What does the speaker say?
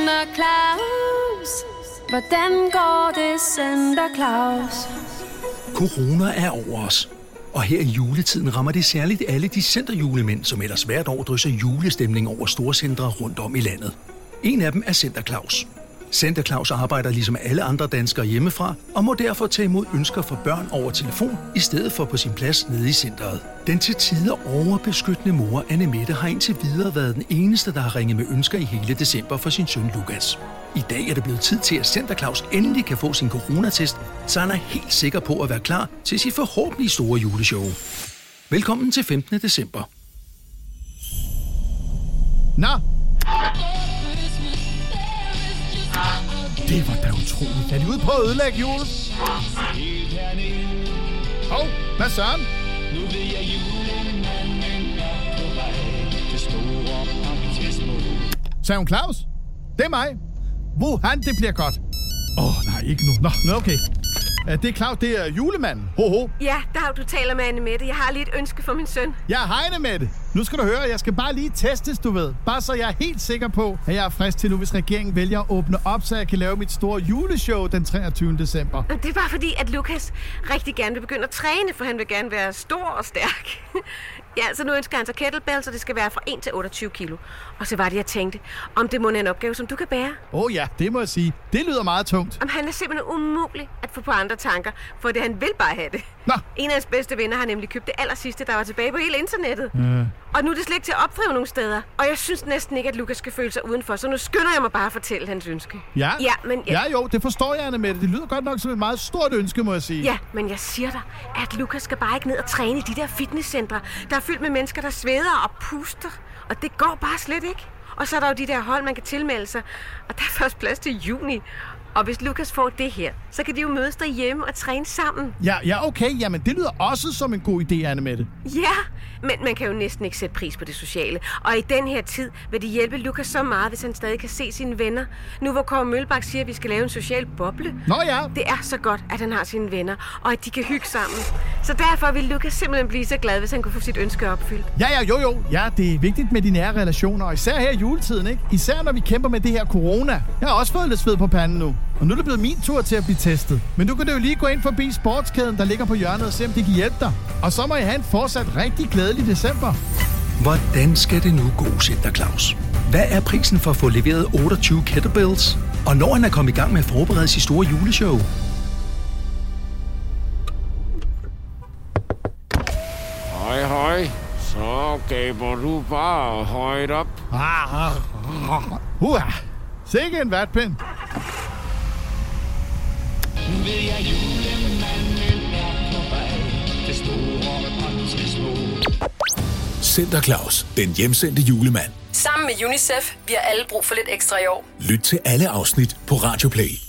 Santa Claus? Hvordan går det, Santa Claus? Corona er over os. Og her i juletiden rammer det særligt alle de centerjulemænd, som ellers hvert år drysser julestemning over storcentre rundt om i landet. En af dem er Santa Claus. Santa Claus arbejder ligesom alle andre danskere hjemmefra, og må derfor tage imod ønsker fra børn over telefon, i stedet for på sin plads nede i centret. Den til tider overbeskyttende mor, Annemette, har indtil videre været den eneste, der har ringet med ønsker i hele december for sin søn Lukas. I dag er det blevet tid til, at Santa Claus endelig kan få sin coronatest, så han er helt sikker på at være klar til sit forhåbentlig store juleshow. Velkommen til 15. december. Nå! Det var da utroligt. Er de ude på at ødelægge julen? Hov, hvad søren? Nu ved jeg julemanden er på vej til store og til små. Sagde hun Claus? Det er mig. Wuhan, det bliver godt. Nej, ikke nu. Nå, okay. Det er Claus, det er julemanden. Ho. Ja, du taler med Annemette. Jeg har lige et ønske for min søn. Ja, hej Annemette. Nu skal du høre, jeg skal bare lige testes, du ved. Bare så jeg er helt sikker på, at jeg er frisk til nu, hvis regeringen vælger at åbne op, så jeg kan lave mit store juleshow den 23. december. Det er bare fordi, at Lukas rigtig gerne vil begynde at træne, for han vil gerne være stor og stærk. Ja, så nu ønsker han sig kettlebells, så det skal være fra 1 til 28 kilo. Og så var det, jeg tænkte, om det må være en opgave, som du kan bære. Ja, det må jeg sige. Det lyder meget tungt. Han er simpelthen umulig at få på andre tanker, for det han vil bare have det. Nå. En af hans bedste venner har nemlig købt det allersidste, der var tilbage på hele internettet. Og nu er det slet ikke til at opdrive nogle steder. Og jeg synes næsten ikke, at Lukas skal føle sig udenfor, så nu skynder jeg mig bare at fortælle hans ønske. Ja, men det forstår jeg, Annemette. Det lyder godt nok som et meget stort ønske, må jeg sige. Ja, men jeg siger dig, at Lukas skal bare ikke ned og træne i de der fitnesscentre, der er fyldt med mennesker, der sveder og puster. Og det går bare slet ikke. Og så er der jo de der hold, man kan tilmelde sig. Og der er først plads til juni. Og hvis Lukas får det her, så kan de jo mødes derhjemme og træne sammen. Ja, okay. Jamen, det lyder også som en god idé, Annemette. Ja, men man kan jo næsten ikke sætte pris på det sociale. Og i den her tid vil det hjælpe Lukas så meget, hvis han stadig kan se sine venner. Nu hvor Kåre Mølbak siger, at vi skal lave en social boble. Nå ja. Det er så godt, at han har sine venner, og at de kan hygge sammen. Så derfor vil Lukas simpelthen blive så glad, hvis han kunne få sit ønske opfyldt. Jo. Ja, det er vigtigt med de nære relationer, og især her i juletiden, ikke? Især når vi kæmper med det her corona. Jeg har også fået lidt sved på panden nu. Og nu er det blevet min tur til at blive testet. Men nu kan du jo lige gå ind forbi sportskæden, der ligger på hjørnet, og se om det kan hjælpe dig. Og så må I have en fortsat rigtig glædelig december. Hvordan skal det nu gå, Santa Claus? Hvad er prisen for at få leveret 28 kettlebells? Og når han er kommet i gang med at forberede sit store juleshow? Hej. Så gaber du bare højt op. Sikke en vatpind. Nu ved jeg julemanden er på vej til store og til små. Santa Claus, den hjemsendte julemand. Sammen med UNICEF, vi har alle brug for lidt ekstra i år. Lyt til alle afsnit på Radio Play.